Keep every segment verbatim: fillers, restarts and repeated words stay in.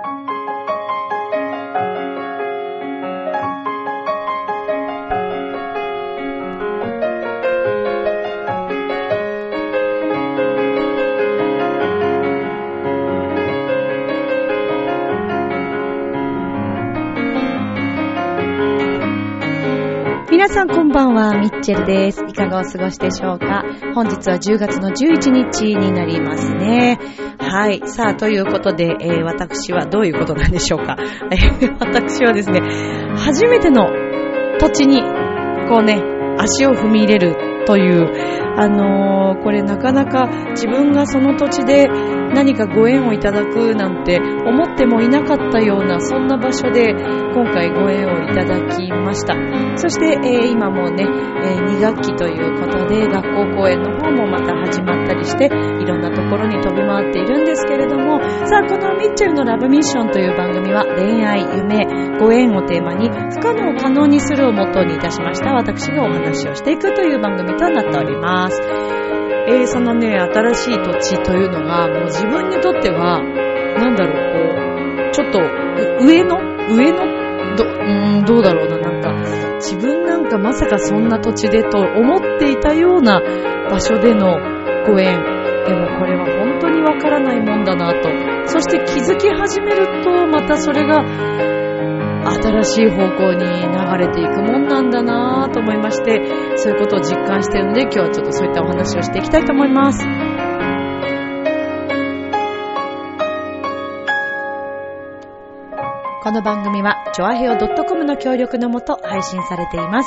皆さんこんばんは、ミッチェルです。いかがお過ごしでしょうか。本日はじゅうがつのじゅういちにちになりますね。はい。さあ、ということで、えー、私はどういうことなんでしょうか。えー、私はですね、初めての土地に、こうね、足を踏み入れるという、あのー、これなかなか自分がその土地で何かご縁をいただくなんて思ってもいなかったような、そんな場所で今回ご縁をいただきました。そして、えー、今もね、えー、にがっきということで学校公演の方もまた始まったりして、いろんなところに飛び回っているんですけれども、さあこのミッチェルのラブミッションという番組は恋愛、夢、ご縁をテーマに不可能を可能にするをモットーにいたしました私がお話をしていくという番組となっております。えー、そのね、新しい土地というのがもう自分にとってはなんだろう、こうちょっと上の上のど, うーんどうだろうな、なんか自分なんかまさかそんな土地でと思っていたような場所でのご縁、でもこれは本当にわからないもんだなと、そして気づき始めるとまたそれが新しい方向に流れていくもんなんだなと思いまして、そういうことを実感しているので、今日はちょっとそういったお話をしていきたいと思います。この番組はチョアヘオ .com の協力のもと配信されています。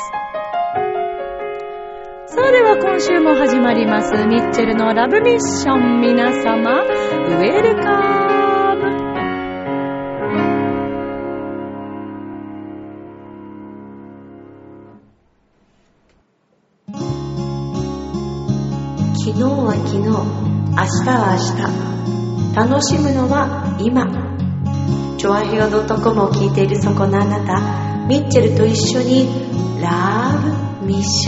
それでは今週も始まりますミッチェルのラブミッション、皆様ウェルカム。昨日は昨日、明日は明日、楽しむのは今。チョアヘオ .com を聞いているそこのあなた、ミッチェルと一緒にラブミッショ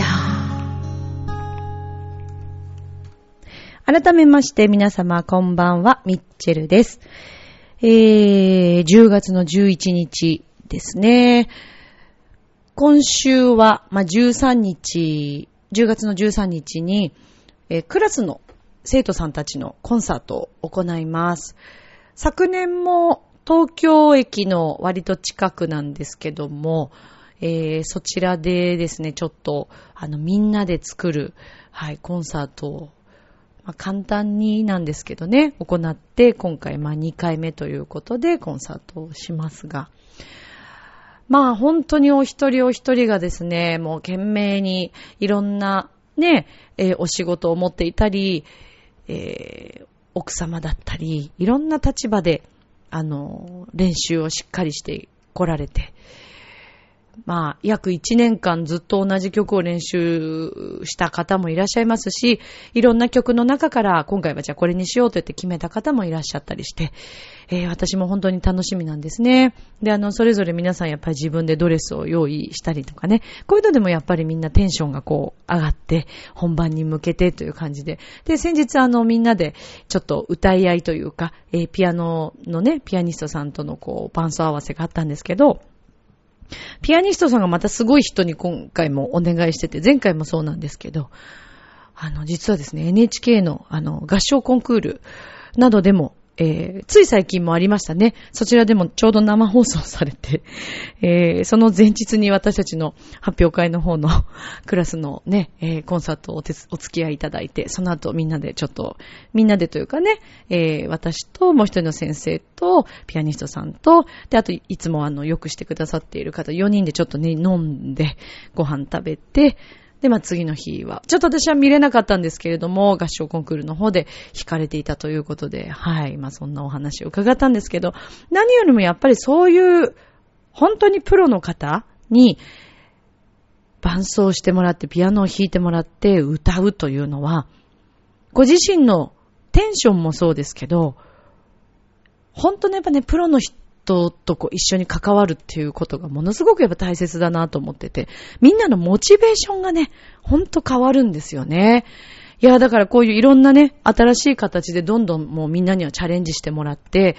ン。改めまして皆様こんばんは、ミッチェルです。えー、じゅうがつのじゅういちにちですね。今週は、まあ、じゅうさんにち、じゅうがつのじゅうさんにちにえー、クラスの生徒さんたちのコンサートを行います。昨年も東京駅の割と近くなんですけども、えー、そちらでですね、ちょっとあのみんなで作る、はい、コンサートを、まあ、簡単になんですけどね、行って、今回まあにかいめということでコンサートをしますが、まあ本当にお一人お一人がですね、もう懸命にいろんなね、えー、お仕事を持っていたり、えー、奥様だったり、いろんな立場で、あの、練習をしっかりしてこられて、まあ、約いちねんかんずっと同じ曲を練習した方もいらっしゃいますし、いろんな曲の中から今回はじゃあこれにしようと言って決めた方もいらっしゃったりして、えー、私も本当に楽しみなんですね。で、あの、それぞれ皆さんやっぱり自分でドレスを用意したりとかね、こういうのでもやっぱりみんなテンションがこう上がって、本番に向けてという感じで。で、先日あのみんなでちょっと歌い合いというか、えー、ピアノのね、ピアニストさんとのこう伴奏合わせがあったんですけど、ピアニストさんがまたすごい人に今回もお願いしてて、前回もそうなんですけど、あの、実はですね、エヌエイチケー のあの、合唱コンクールなどでも、えー、つい最近もありましたね。そちらでもちょうど生放送されて、えー、その前日に私たちの発表会の方のクラスのね、えー、コンサートをお手お付き合いいただいて、その後みんなでちょっと、みんなでというかね、えー、私ともう一人の先生と、ピアニストさんと、で、あといつもあの、よくしてくださっている方、よにんでちょっとね、飲んで、ご飯食べて、で、まあ、次の日は、ちょっと私は見れなかったんですけれども、合唱コンクールの方で弾かれていたということで、はい、まあ、そんなお話を伺ったんですけど、何よりもやっぱりそういう、本当にプロの方に、伴奏してもらって、ピアノを弾いてもらって歌うというのは、ご自身のテンションもそうですけど、本当にやっぱね、プロの人、とこう一緒に関わるっていうことがものすごくやっぱ大切だなと思ってて、みんなのモチベーションがね、ほんと変わるんですよね。いや、だからこういういろんなね、新しい形でどんどんもうみんなにはチャレンジしてもらって、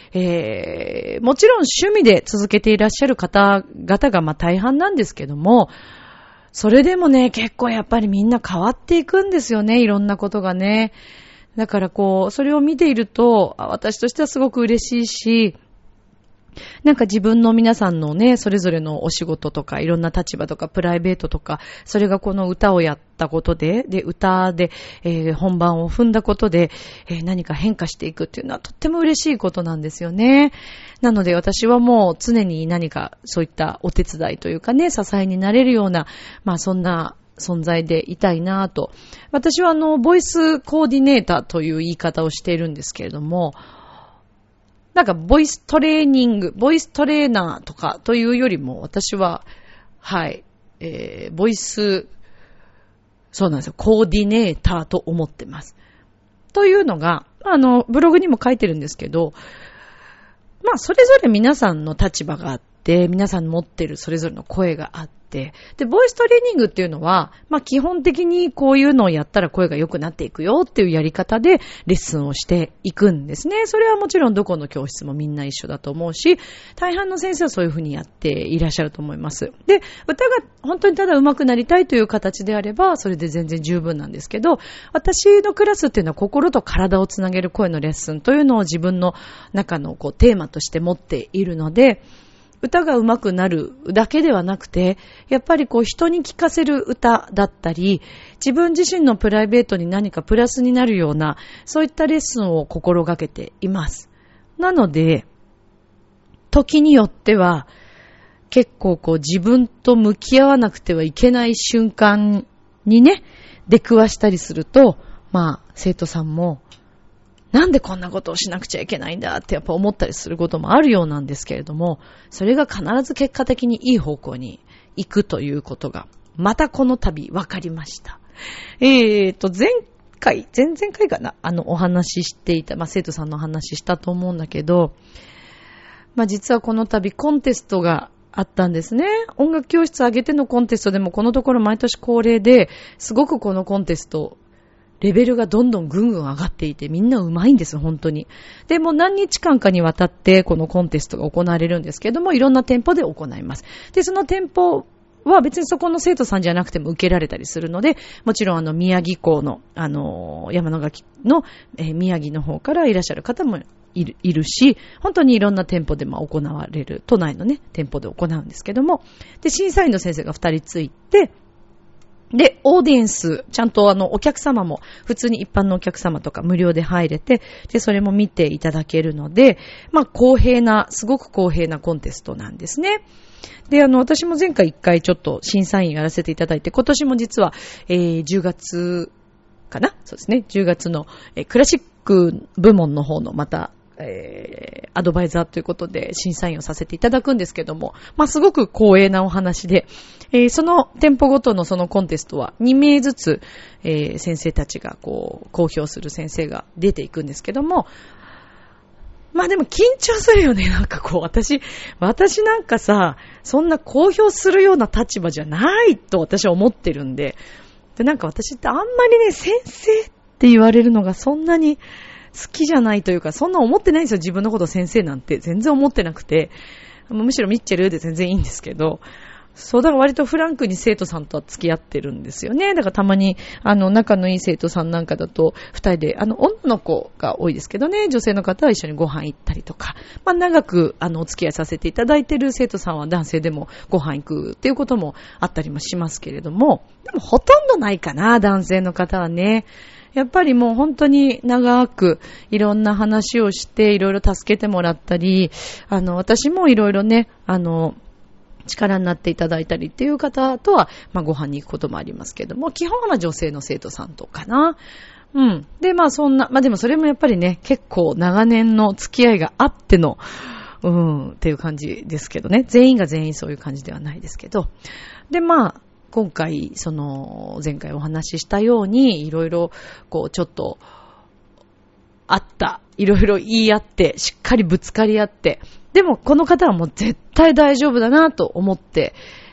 えー、もちろん趣味で続けていらっしゃる方々がまあ大半なんですけども、それでもね、結構やっぱりみんな変わっていくんですよね、いろんなことがね。だからこう、それを見ていると、私としてはすごく嬉しいし、なんか自分の皆さんのね、それぞれのお仕事とか、いろんな立場とか、プライベートとか、それがこの歌をやったことで、で、歌で、えー、本番を踏んだことで、えー、何か変化していくっていうのはとっても嬉しいことなんですよね。なので私はもう常に何かそういったお手伝いというかね、支えになれるような、まあそんな存在でいたいなと。私はあの、ボイスコーディネーターという言い方をしているんですけれども、なんか、ボイストレーニング、ボイストレーナーとかというよりも、私は、はい、えー、ボイス、そうなんですよ、コーディネーターと思ってます。というのが、あの、ブログにも書いてるんですけど、まあ、それぞれ皆さんの立場があって、皆さん持ってるそれぞれの声があって、で、ボイストレーニングっていうのは、まあ基本的にこういうのをやったら声が良くなっていくよっていうやり方でレッスンをしていくんですね。それはもちろんどこの教室もみんな一緒だと思うし、大半の先生はそういうふうにやっていらっしゃると思います。で、歌が本当にただ上手くなりたいという形であれば、それで全然十分なんですけど、私のクラスっていうのは心と体をつなげる声のレッスンというのを自分の中のこうテーマとして持っているので、歌が上手くなるだけではなくて、やっぱりこう人に聴かせる歌だったり、自分自身のプライベートに何かプラスになるような、そういったレッスンを心がけています。なので、時によっては、結構こう自分と向き合わなくてはいけない瞬間にね、出くわしたりすると、まあ、生徒さんも、なんでこんなことをしなくちゃいけないんだってやっぱ思ったりすることもあるようなんですけれども、それが必ず結果的にいい方向に行くということが、またこの度分かりました。えーと、前回、前々回かな、あのお話ししていた、まあ生徒さんの話したと思うんだけど、まあ実はこの度コンテストがあったんですね。音楽教室上げてのコンテストでもこのところ毎年恒例で、すごくこのコンテスト、レベルがどんどんぐんぐん上がっていて、みんな上手いんです、本当に。で、もう何日間かにわたってこのコンテストが行われるんですけども、いろんな店舗で行います。で、その店舗は別にそこの生徒さんじゃなくても受けられたりするので、もちろんあの宮城港の、あの、山野垣の、えー、宮城の方からいらっしゃる方もいる、いるし、本当にいろんな店舗でも行われる、都内のね、店舗で行うんですけども、で、審査員の先生が二人ついて、で、オーディエンス、ちゃんとあの、お客様も、普通に一般のお客様とか無料で入れて、で、それも見ていただけるので、まあ、公平な、すごく公平なコンテストなんですね。で、あの、私も前回一回ちょっと審査員やらせていただいて、今年も実は、えー、じゅうがつかな？そうですね。じゅうがつの、えー、クラシック部門の方のまた、えー、アドバイザーということで審査員をさせていただくんですけども、まあ、すごく光栄なお話で、えー、その店舗ごとのそのコンテストはにめいずつ、えー、先生たちがこう、公表する先生が出ていくんですけども、まあでも緊張するよね。なんかこう、私、私なんかさ、そんな公表するような立場じゃないと私は思ってるんで、で、なんか私ってあんまりね、先生って言われるのがそんなに好きじゃないというか、そんな思ってないんですよ。自分のこと先生なんて全然思ってなくて、むしろミッチェルで全然いいんですけど、そうだから割とフランクに生徒さんとは付き合ってるんですよね。だからたまにあの仲のいい生徒さんなんかだと二人であの女の子が多いですけどね、女性の方は一緒にご飯行ったりとか、まあ長くあのお付き合いさせていただいている生徒さんは男性でもご飯行くっていうこともあったりもしますけれども、でもほとんどないかな、男性の方はね。やっぱりもう本当に長くいろんな話をしていろいろ助けてもらったり、あの私もいろいろね、あの力になっていただいたりっていう方とは、まあご飯に行くこともありますけども、基本はまあ女性の生徒さんとかな。うん。で、まあそんな、まあでもそれもやっぱりね、結構長年の付き合いがあっての、うん、っていう感じですけどね。全員が全員そういう感じではないですけど。で、まあ、今回、その、前回お話ししたように、いろいろ、こう、ちょっと、あった。いろいろ言い合って、しっかりぶつかり合って、でもこの方はもう絶対大丈夫だなと思って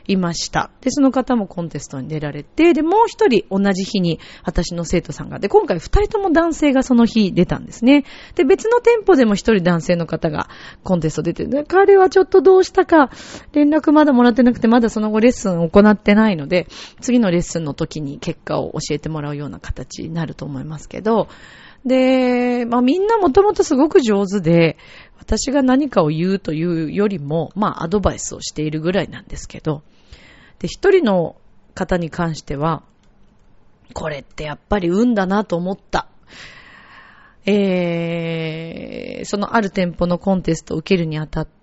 いました。で、その方もコンテストに出られて、で、もう一人同じ日に私の生徒さんが、で、今回二人とも男性がその日出たんですね。で、別の店舗でも一人男性の方がコンテスト出てる。彼はちょっとどうしたか、連絡まだもらってなくて、まだその後レッスンを行ってないので、次のレッスンの時に結果を教えてもらうような形になると思いますけど、で、まあみんなもともとすごく上手で、私が何かを言うというよりも、まあアドバイスをしているぐらいなんですけど、で、一人の方に関しては、これってやっぱり運だなと思った。えー、そのある店舗のコンテストを受けるにあたって、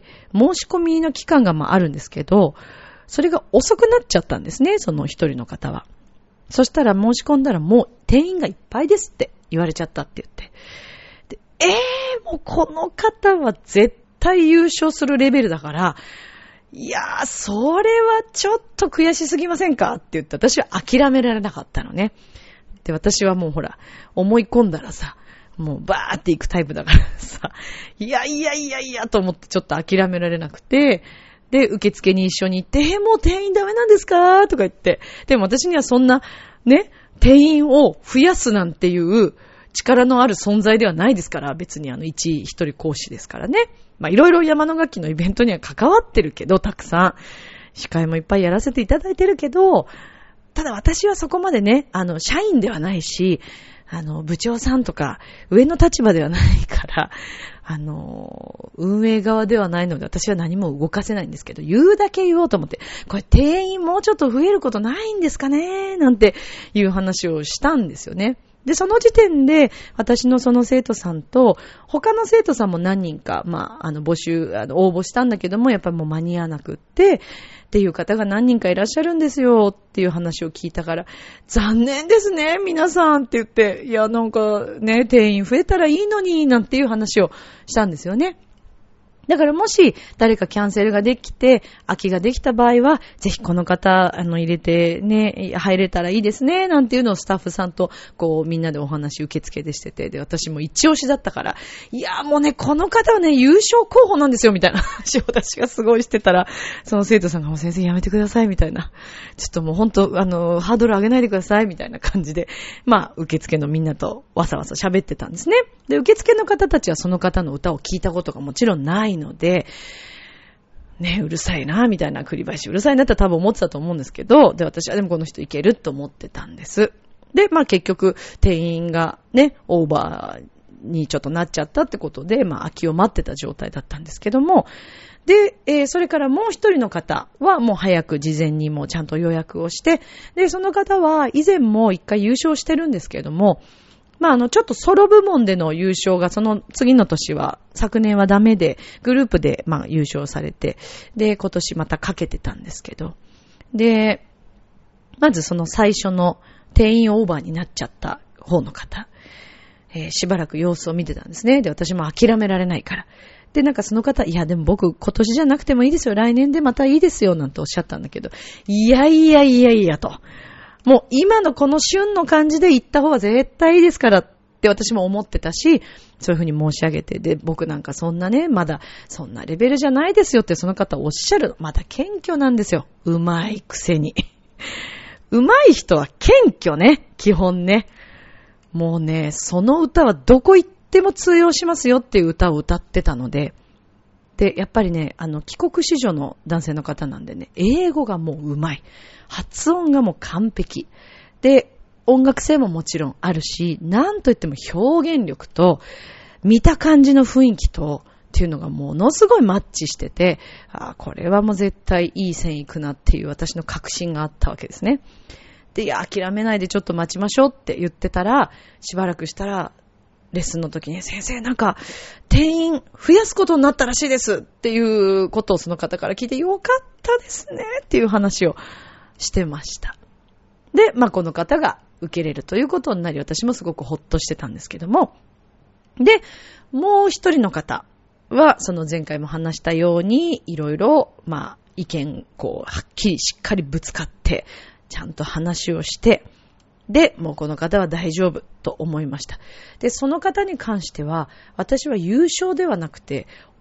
申し込みの期間がまああるんですけど、それが遅くなっちゃったんですね、その一人の方は。そしたら申し込んだらもう定員がいっぱいですって言われちゃったって言って。で、えー、もうこの方は絶対優勝するレベルだから、いやー、それはちょっと悔しすぎませんかって言って、私は諦められなかったのね。で、私はもうほら、思い込んだらさ、もうバーっていくタイプだからさ、いやいやいやいやと思ってちょっと諦められなくて、で、受付に一緒に行って、えー、もう定員ダメなんですかとか言って、でも私にはそんな、ね、定員を増やすなんていう力のある存在ではないですから、別にあの一一人講師ですからね。まあいろいろ山の楽器のイベントには関わってるけど、たくさん。司会もいっぱいやらせていただいてるけど、ただ私はそこまでね、あの、社員ではないし、あの、部長さんとか上の立場ではないから、あの、運営側ではないので私は何も動かせないんですけど、言うだけ言おうと思って、これ定員もうちょっと増えることないんですかねなんていう話をしたんですよね。で、その時点で、私のその生徒さんと、他の生徒さんも何人か、まあ、あの、募集、あの、応募したんだけども、やっぱりもう間に合わなくって、っていう方が何人かいらっしゃるんですよ、っていう話を聞いたから、残念ですね、皆さんって言って、いや、なんかね、定員増えたらいいのに、なんていう話をしたんですよね。だからもし誰かキャンセルができて空きができた場合はぜひこの方あの入れてね入れたらいいですねなんていうのをスタッフさんとこうみんなでお話受付でしてて、で私も一押しだったから、いやもうねこの方はね優勝候補なんですよみたいな話を私がすごいしてたら、その生徒さんがもう先生やめてくださいみたいな、ちょっともう本当あのハードル上げないでくださいみたいな感じで、まあ受付のみんなとわさわさ喋ってたんですね。で受付の方たちはその方の歌を聞いたことがもちろんないので、ね、うるさいな、みたいな、栗林うるさいなって多分思ってたと思うんですけど、で、私はでもこの人いけると思ってたんです。で、まあ結局、定員がね、オーバーにちょっとなっちゃったってことで、まあ空きを待ってた状態だったんですけども、で、えー、それからもう一人の方はもう早く事前にもうちゃんと予約をして、で、その方は以前も一回優勝してるんですけれども、まあ、あの、ちょっとソロ部門での優勝がその次の年は、昨年はダメで、グループで、まあ、優勝されて、で、今年またかけてたんですけど、で、まずその最初の定員オーバーになっちゃった方の方、えー、しばらく様子を見てたんですね。で、私も諦められないから。で、なんかその方、いや、でも僕今年じゃなくてもいいですよ。来年でまたいいですよ。なんておっしゃったんだけど、いやいやいやいやと。もう今のこの旬の感じで行った方が絶対いいですからって私も思ってたし、そういうふうに申し上げて、で、僕なんかそんなね、まだそんなレベルじゃないですよってその方おっしゃる。まだ謙虚なんですよ。うまいくせに。うまい人は謙虚ね、基本ね。もうね、その歌はどこ行っても通用しますよっていう歌を歌ってたので、で、やっぱりね、あの、帰国子女の男性の方なんでね、英語がもううまい。発音がもう完璧。で、音楽性ももちろんあるし、なんといっても表現力と、見た感じの雰囲気と、っていうのがものすごいマッチしてて、あ、これはもう絶対いい線いくなっていう私の確信があったわけですね。で、いや、諦めないでちょっと待ちましょうって言ってたら、しばらくしたら、レッスンの時に、先生なんか定員増やすことになったらしいですっていうことをその方から聞いて、よかったですねっていう話をしてました。で、まあこの方が受けれるということになり、私もすごくほっとしてたんですけども、で、もう一人の方はその前回も話したようにいろいろまあ意見こうはっきりしっかりぶつかってちゃんと話をして、で、もうこの方は大丈夫と思いました。で、その方に関しては、私は優勝ではなくて、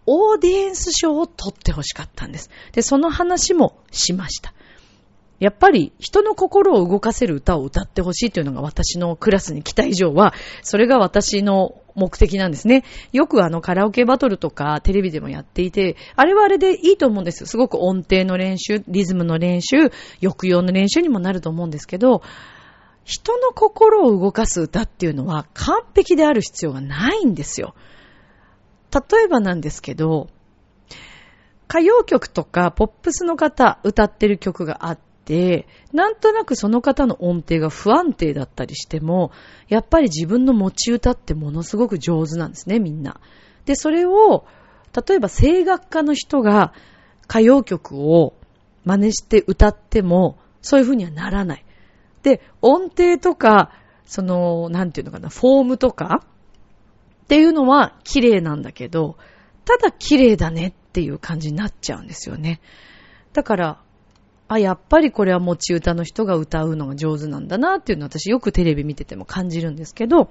オーディエンス賞を取ってほしかったんです。で、その話もしました。やっぱり人の心を動かせる歌を歌ってほしいというのが私のクラスに来た以上は、それが私の目的なんですね。よくあのカラオケバトルとかテレビでもやっていて、あれはあれでいいと思うんですよ。すごく音程の練習、リズムの練習、抑揚の練習にもなると思うんですけど、人の心を動かす歌っていうのは完璧である必要がないんですよ。例えばなんですけど、歌謡曲とかポップスの方歌ってる曲があって、で、なんとなくその方の音程が不安定だったりしても、やっぱり自分の持ち歌ってものすごく上手なんですね、みんな。で、それを、例えば声楽家の人が歌謡曲を真似して歌っても、そういう風にはならない。で、音程とか、その、なんていうのかな、フォームとかっていうのは綺麗なんだけど、ただ綺麗だねっていう感じになっちゃうんですよね。だから、あ、やっぱりこれは持ち歌の人が歌うのが上手なんだなっていうのを私よくテレビ見てても感じるんですけど、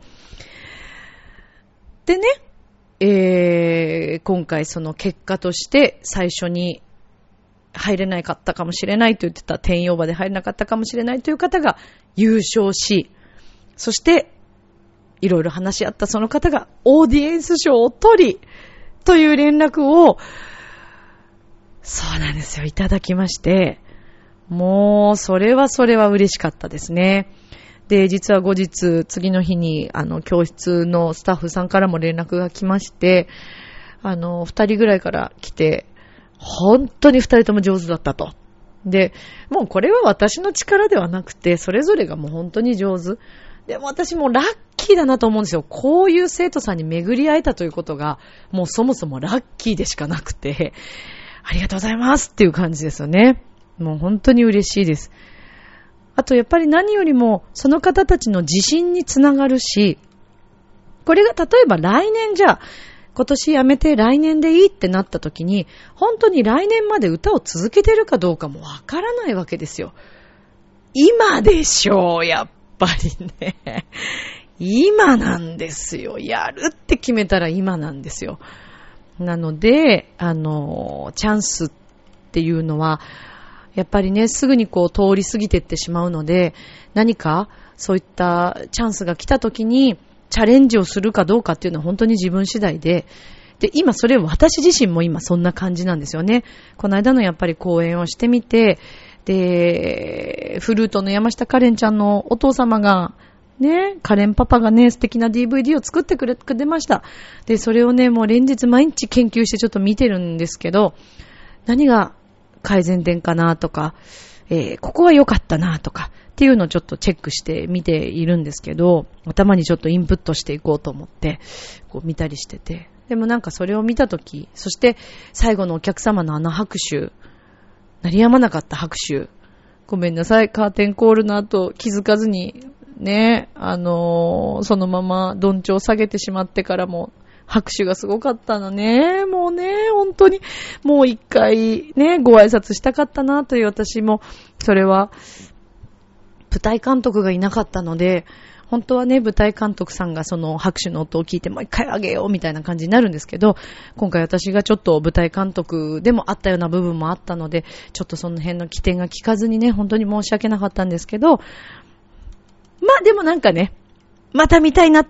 でね、えー、今回その結果として最初に入れなかったかもしれないと言ってた天陽馬で入れなかったかもしれないという方が優勝し、そしていろいろ話し合ったその方がオーディエンス賞を取りという連絡を、そうなんですよ、いただきまして、もう、それはそれは嬉しかったですね。で、実は後日、次の日に、あの、教室のスタッフさんからも連絡が来まして、あの、二人ぐらいから来て、本当に二人とも上手だったと。で、もうこれは私の力ではなくて、それぞれがもう本当に上手。でも私もラッキーだなと思うんですよ。こういう生徒さんに巡り会えたということが、もうそもそもラッキーでしかなくて、ありがとうございますっていう感じですよね。もう本当に嬉しいです。あとやっぱり何よりもその方たちの自信につながるし、これが例えば来年じゃあ今年やめて来年でいいってなった時に、本当に来年まで歌を続けてるかどうかもわからないわけですよ。今でしょう、やっぱりね。今なんですよ。やるって決めたら今なんですよ。なので、あの、チャンスっていうのは、やっぱりね、すぐにこう通り過ぎていってしまうので、何かそういったチャンスが来た時にチャレンジをするかどうかっていうのは本当に自分次第で、で、今それ私自身も今そんな感じなんですよね。この間のやっぱり講演をしてみて、で、フルートの山下カレンちゃんのお父様が、ね、カレンパパがね、素敵な ディーブイディー を作ってくれ、くれました。で、それをね、もう連日毎日研究してちょっと見てるんですけど、何が改善点かなとか、えー、ここは良かったなとかっていうのをちょっとチェックして見ているんですけど、頭にちょっとインプットしていこうと思ってこう見たりしてて、でもなんかそれを見たとき、そして最後のお客様のあの拍手、鳴り止まなかった拍手、ごめんなさい、カーテンコールの後気づかずにね、あのー、そのままどんちょう下げてしまってからも拍手がすごかったのね。もうね、本当に、もう一回ね、ご挨拶したかったなという私も、それは、舞台監督がいなかったので、本当はね、舞台監督さんがその拍手の音を聞いてもう一回あげようみたいな感じになるんですけど、今回私がちょっと舞台監督でもあったような部分もあったので、ちょっとその辺の起点が聞かずにね、本当に申し訳なかったんですけど、まあでもなんかね、また見たいなって、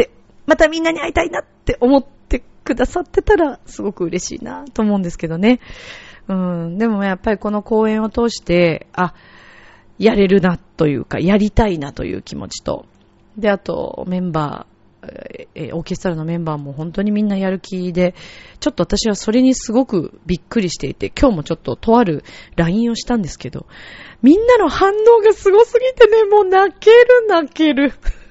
またみんなに会いたいなって思ってくださってたらすごく嬉しいなと思うんですけどね。うん、でもやっぱりこの公演を通して、あ、やれるなというか、やりたいなという気持ちと、で、あとメンバー、えー、オーケストラのメンバーも本当にみんなやる気で、ちょっと私はそれにすごくびっくりしていて、今日もちょっととある ライン をしたんですけど、みんなの反応がすごすぎてね、もう泣ける泣ける。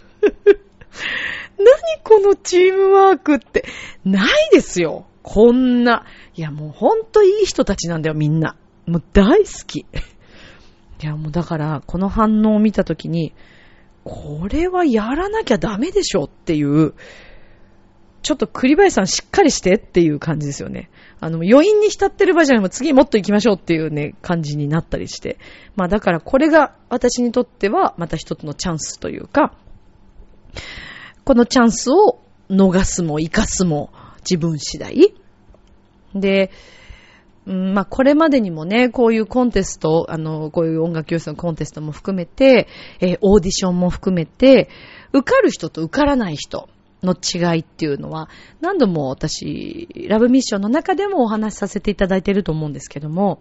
何このチームワークって、ないですよ。こんな。いやもうほんといい人たちなんだよ、みんな。もう大好き。いやもうだから、この反応を見たときに、これはやらなきゃダメでしょっていう、ちょっと栗林さんしっかりしてっていう感じですよね。あの、余韻に浸ってる場合じゃなくて次もっと行きましょうっていうね、感じになったりして。まあだからこれが私にとってはまた一つのチャンスというか、このチャンスを逃すも生かすも自分次第。 で、うん、まあ、これまでにもね、こういうコンテスト、あの、こういう音楽教室のコンテストも含めて、えー、オーディションも含めて、受かる人と受からない人の違いっていうのは、何度も私、ラブミッションの中でもお話しさせていただいていると思うんですけども、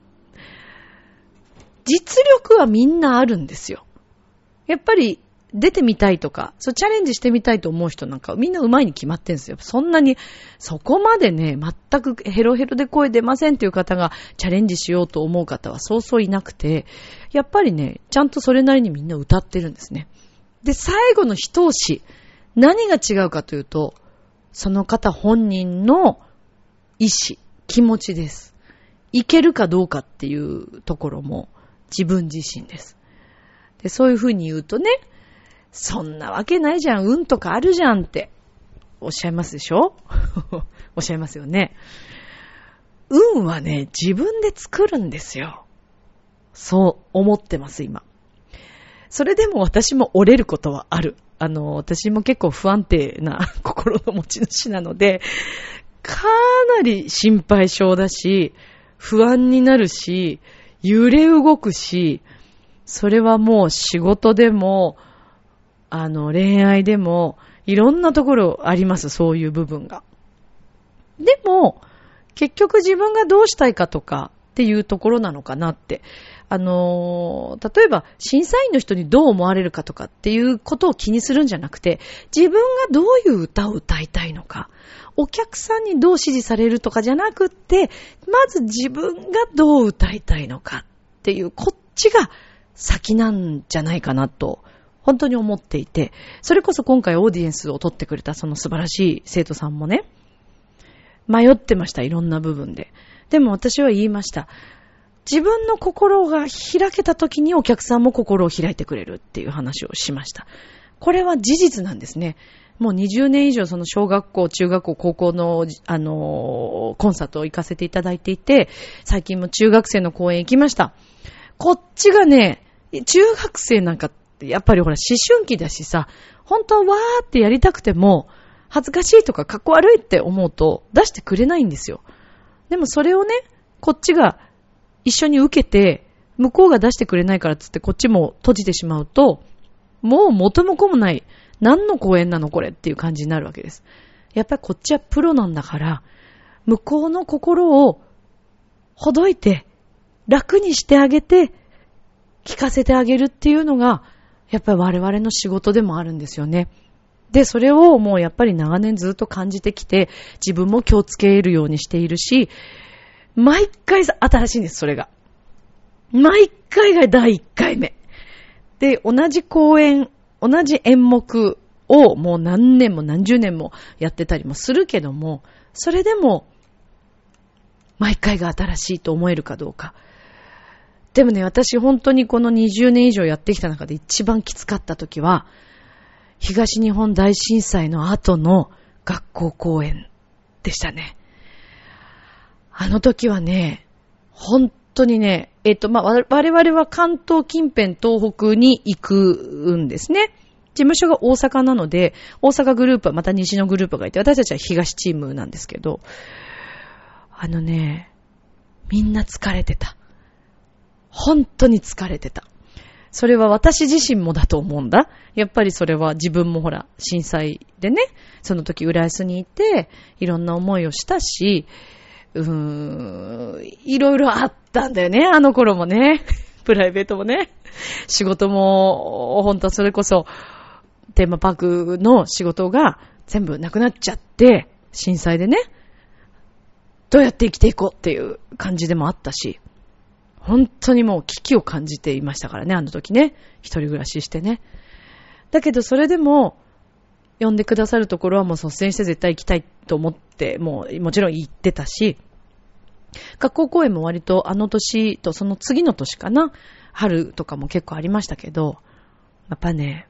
実力はみんなあるんですよ。やっぱり、出てみたいとか、そうチャレンジしてみたいと思う人なんかみんな上手いに決まってんですよ。そんなに、そこまでね、全くヘロヘロで声出ませんっていう方がチャレンジしようと思う方はそうそういなくて、やっぱりね、ちゃんとそれなりにみんな歌ってるんですね。で、最後の一押し、何が違うかというと、その方本人の意志、気持ちです。いけるかどうかっていうところも自分自身です。で、そういうふうに言うとね、そんなわけないじゃん、運とかあるじゃんっておっしゃいますでしょおっしゃいますよね。運はね、自分で作るんですよ。そう思ってます、今。それでも私も折れることはある。あの、私も結構不安定な心の持ち主なので、かなり心配性だし、不安になるし、揺れ動くし、それはもう仕事でも、あの、恋愛でも、いろんなところあります、そういう部分が。でも、結局自分がどうしたいかとかっていうところなのかなって。あのー、例えば、審査員の人にどう思われるかとかっていうことを気にするんじゃなくて、自分がどういう歌を歌いたいのか、お客さんにどう支持されるとかじゃなくって、まず自分がどう歌いたいのかっていう、こっちが先なんじゃないかなと。本当に思っていて、それこそ今回オーディエンスを取ってくれたその素晴らしい生徒さんもね、迷ってました、いろんな部分で。でも私は言いました。自分の心が開けた時にお客さんも心を開いてくれるっていう話をしました。これは事実なんですね。もうにじゅうねん以上その小学校、中学校、高校の、あのー、コンサートを行かせていただいていて、最近も中学生の公演行きました。こっちがね、中学生なんかやっぱりほら思春期だしさ、本当はわーってやりたくても恥ずかしいとかかっこ悪いって思うと出してくれないんですよ。でもそれをね、こっちが一緒に受けて向こうが出してくれないからっつってこっちも閉じてしまうと、もう元も子もない何の公演なのこれっていう感じになるわけです。やっぱりこっちはプロなんだから向こうの心をほどいて楽にしてあげて聞かせてあげるっていうのがやっぱり我々の仕事でもあるんですよね。で、それをもうやっぱり長年ずっと感じてきて、自分も気をつけるようにしているし、毎回新しいんです、それが。毎回がだいいっかいめ。で、同じ公演、同じ演目をもう何年も何十年もやってたりもするけども、それでも、毎回が新しいと思えるかどうか。でもね、私本当にこのにじゅうねん以上やってきた中で一番きつかった時は、東日本大震災の後の学校公演でしたね。あの時はね、本当にね、えっと、まあ、我々は関東近辺東北に行くんですね。事務所が大阪なので、大阪グループはまた西のグループがいて、私たちは東チームなんですけど、あのね、みんな疲れてた。本当に疲れてた。それは私自身もだと思うんだ。やっぱりそれは自分もほら、震災でね、その時浦安にいて、いろんな思いをしたし、うーん、いろいろあったんだよね、あの頃もね。プライベートもね。仕事も、本当それこそ、テーマパークの仕事が全部なくなっちゃって、震災でね、どうやって生きていこうっていう感じでもあったし、本当にもう危機を感じていましたからね、あの時ね。一人暮らししてね。だけどそれでも、呼んでくださるところはもう率先して絶対行きたいと思って、もうもちろん行ってたし、学校公演も割とあの年とその次の年かな、春とかも結構ありましたけど、やっぱね、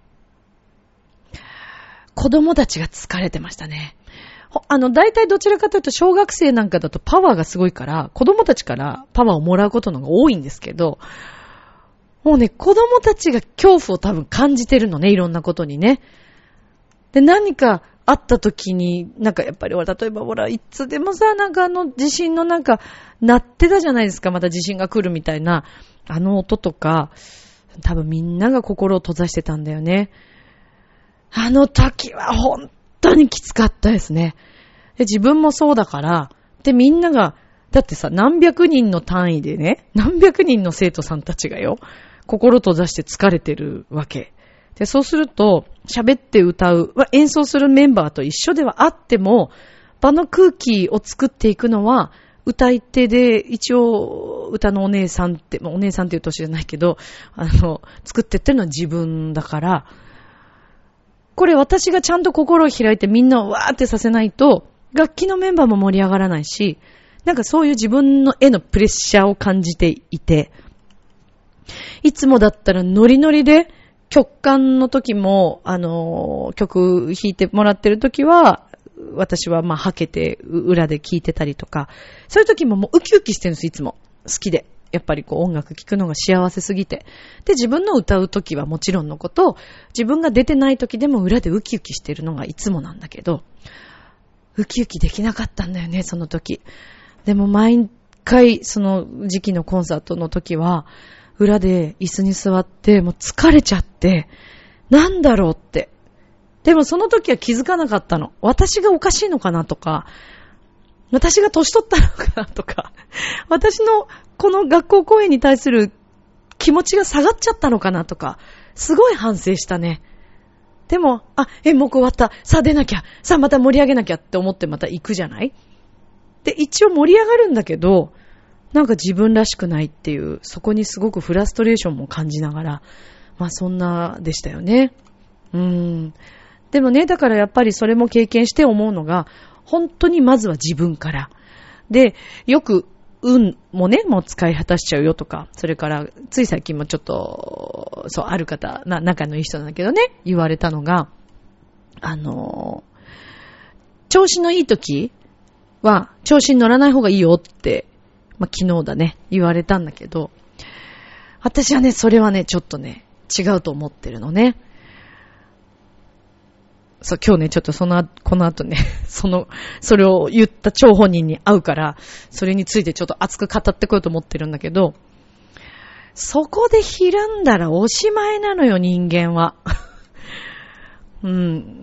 子供たちが疲れてましたね。あの、大体どちらかというと小学生なんかだとパワーがすごいから、子供たちからパワーをもらうことのが多いんですけど、もうね、子供たちが恐怖を多分感じてるのね、いろんなことにね。で、何かあった時に、なんかやっぱり、例えばほら、いつでもさ、なんかあの地震のなんか、鳴ってたじゃないですか、また地震が来るみたいな、あの音とか、多分みんなが心を閉ざしてたんだよね。あの時は本当にきつかったですね。で、自分もそうだから、で、みんなが、だってさ、何百人の単位でね、何百人の生徒さんたちがよ、心閉ざして疲れてるわけ。で、そうすると、喋って歌う、演奏するメンバーと一緒ではあっても、場の空気を作っていくのは、歌い手で、一応、歌のお姉さんって、お姉さんっていう年じゃないけど、あの、作ってってるのは自分だから、これ私がちゃんと心を開いてみんなをわーってさせないと、楽器のメンバーも盛り上がらないし、なんかそういう自分のへのプレッシャーを感じていて、いつもだったらノリノリで、曲間の時も、あの、曲弾いてもらってる時は、私はまあ、はけて、裏で聴いてたりとか、そういう時ももうウキウキしてるんです、いつも。好きで。やっぱりこう音楽聴くのが幸せすぎて。で、自分の歌う時はもちろんのこと、自分が出てない時でも裏でウキウキしてるのがいつもなんだけど、ウキウキできなかったんだよね、その時。でも毎回、その時期のコンサートの時は、裏で椅子に座って、もう疲れちゃって、なんだろうって。でもその時は気づかなかったの。私がおかしいのかなとか、私が年取ったのかなとか、私のこの学校公演に対する気持ちが下がっちゃったのかなとか、すごい反省したね。でも、あ、演目終わった。さあ出なきゃ。さあまた盛り上げなきゃって思ってまた行くじゃない？で、一応盛り上がるんだけど、なんか自分らしくないっていう、そこにすごくフラストレーションも感じながら、まあそんなでしたよね。うーん。でもね、だからやっぱりそれも経験して思うのが、本当にまずは自分から。で、よく運もね、もう使い果たしちゃうよとか、それからつい最近もちょっと、そう、ある方、な、仲のいい人なんだけどね、言われたのが、あの、調子のいい時は、調子に乗らない方がいいよって、まあ、昨日だね、言われたんだけど、私はね、それはね、ちょっとね、違うと思ってるのね。そう、今日ね、ちょっとその、この後ね、その、それを言った張本人に会うから、それについてちょっと熱く語ってこようと思ってるんだけど、そこでひるんだらおしまいなのよ、人間は。うん、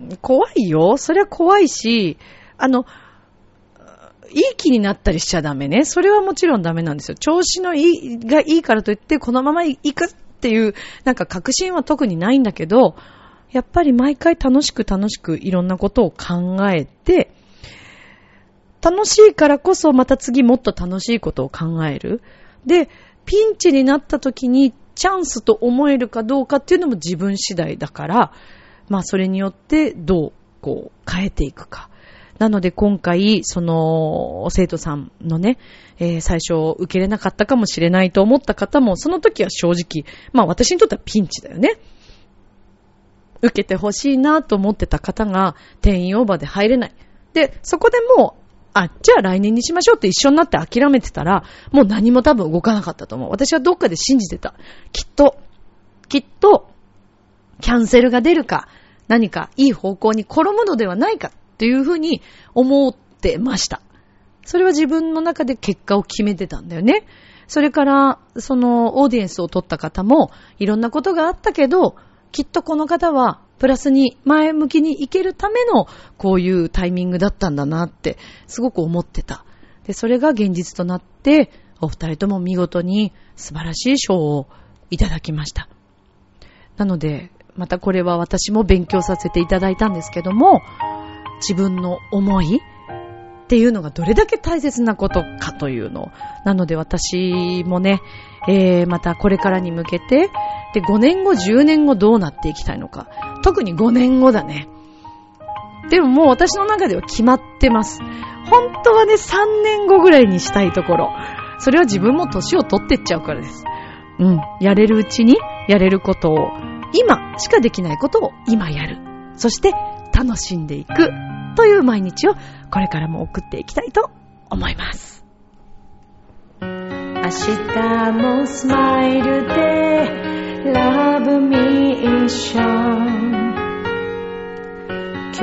怖いよ。それは怖いし、あの、いい気になったりしちゃダメね。それはもちろんダメなんですよ。調子のいいがいいからといって、このまま行くっていう、なんか確信は特にないんだけど、やっぱり毎回楽しく楽しくいろんなことを考えて、楽しいからこそまた次もっと楽しいことを考える。で、ピンチになった時にチャンスと思えるかどうかっていうのも自分次第だから、まあそれによってどうこう変えていくか。なので今回、その生徒さんのね、えー、最初受けれなかったかもしれないと思った方も、その時は正直、まあ私にとってはピンチだよね。受けてほしいなと思ってた方が定員オーバーで入れない。で、そこでもう、あ、じゃあ来年にしましょうって一緒になって諦めてたら、もう何も多分動かなかったと思う。私はどっかで信じてた。きっと、きっと、キャンセルが出るか、何かいい方向に転むのではないかっていうふうに思ってました。それは自分の中で結果を決めてたんだよね。それから、そのオーディエンスを取った方も、いろんなことがあったけど、きっとこの方はプラスに前向きに生きるためのこういうタイミングだったんだなってすごく思ってた。で、それが現実となってお二人とも見事に素晴らしい賞をいただきました。なので、またこれは私も勉強させていただいたんですけども、自分の思いっていうのがどれだけ大切なことかというのを。なので私もね、えー、またこれからに向けて、で、ごねんご、じゅうねんごどうなっていきたいのか。特にごねんごだね。でももう私の中では決まってます。本当はね、さんねんごぐらいにしたいところ。それは自分も年を取ってっちゃうからです。うん。やれるうちにやれることを、今しかできないことを今やる。そして楽しんでいくという毎日をこれからも送っていきたいと思います。明日もスマイルでLove me 一緒。今日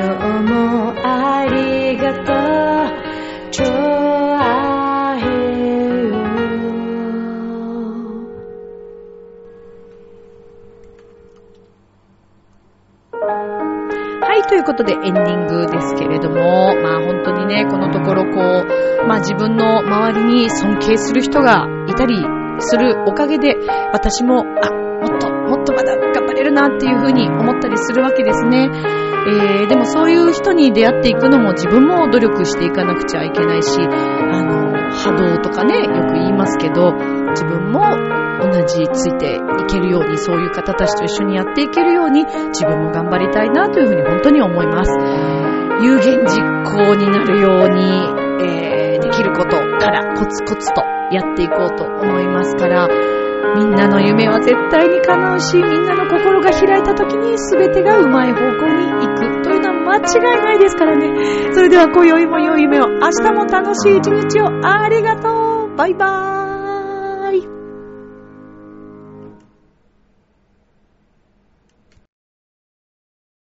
日もありがとうちょあへよ。はい、ということでエンディングですけれども、まあ本当にね、このところこう、まあ自分の周りに尊敬する人がいたりするおかげで、私も、あ、もっと、もっとまだ頑張れるなっていうふうに思ったりするわけですね。えー、でもそういう人に出会っていくのも自分も努力していかなくちゃいけないし、あの、波動とかね、よく言いますけど、自分も同じついていけるように、そういう方たちと一緒にやっていけるように、自分も頑張りたいなというふうに本当に思います。有言実行になるように、えー、できることからコツコツとやっていこうと思いますから、みんなの夢は絶対に叶うし、みんなの心が開いた時に全てがうまい方向に行くというのは間違いないですからね。それでは今宵も良い夢を、明日も楽しい一日を。ありがとう。バイバーイ。